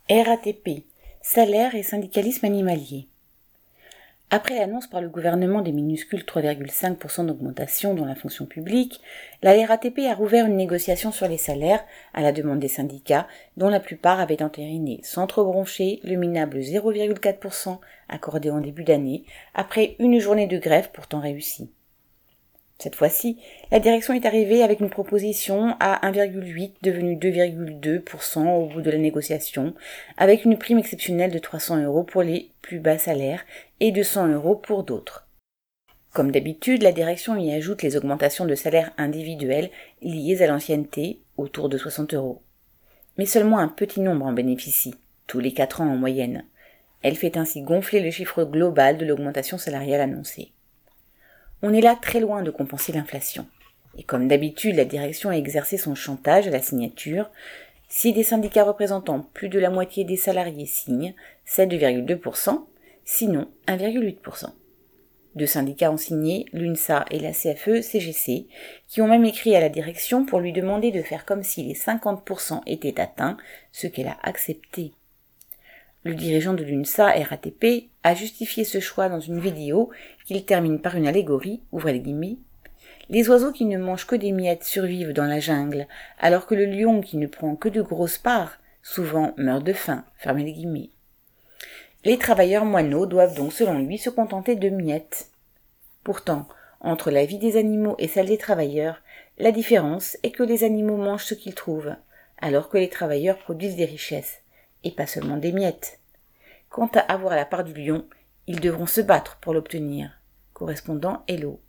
RATP, salaire et syndicalisme animalier. Après l'annonce par le gouvernement des minuscules 3,5% d'augmentation dans la fonction publique, la RATP a rouvert une négociation sur les salaires à la demande des syndicats, dont la plupart avaient entériné sans trop broncher le minable 0,4% accordé en début d'année, après une journée de grève pourtant réussie. Cette fois-ci, la direction est arrivée avec une proposition à 1,8 devenue 2,2% au bout de la négociation, avec une prime exceptionnelle de 300 € pour les plus bas salaires et de 100 € pour d'autres. Comme d'habitude, la direction y ajoute les augmentations de salaires individuels liées à l'ancienneté, autour de 60 €. Mais seulement un petit nombre en bénéficie, tous les 4 ans en moyenne. Elle fait ainsi gonfler le chiffre global de l'augmentation salariale annoncée. On est là très loin de compenser l'inflation. Et comme d'habitude, la direction a exercé son chantage à la signature. Si des syndicats représentant plus de la moitié des salariés signent, c'est 2,2%, sinon 1,8%. Deux syndicats ont signé, l'UNSA et la CFE-CGC, qui ont même écrit à la direction pour lui demander de faire comme si les 50% étaient atteints, ce qu'elle a accepté. Le dirigeant de l'UNSA RATP a justifié ce choix dans une vidéo qu'il termine par une allégorie, ouvrez les guillemets. Les oiseaux qui ne mangent que des miettes survivent dans la jungle, alors que le lion qui ne prend que de grosses parts, souvent meurt de faim, fermez les guillemets. Les travailleurs moineaux doivent donc selon lui se contenter de miettes. Pourtant, entre la vie des animaux et celle des travailleurs, la différence est que les animaux mangent ce qu'ils trouvent, alors que les travailleurs produisent des richesses, et pas seulement des miettes. Quant à avoir la part du lion, ils devront se battre pour l'obtenir. Correspondant Hello.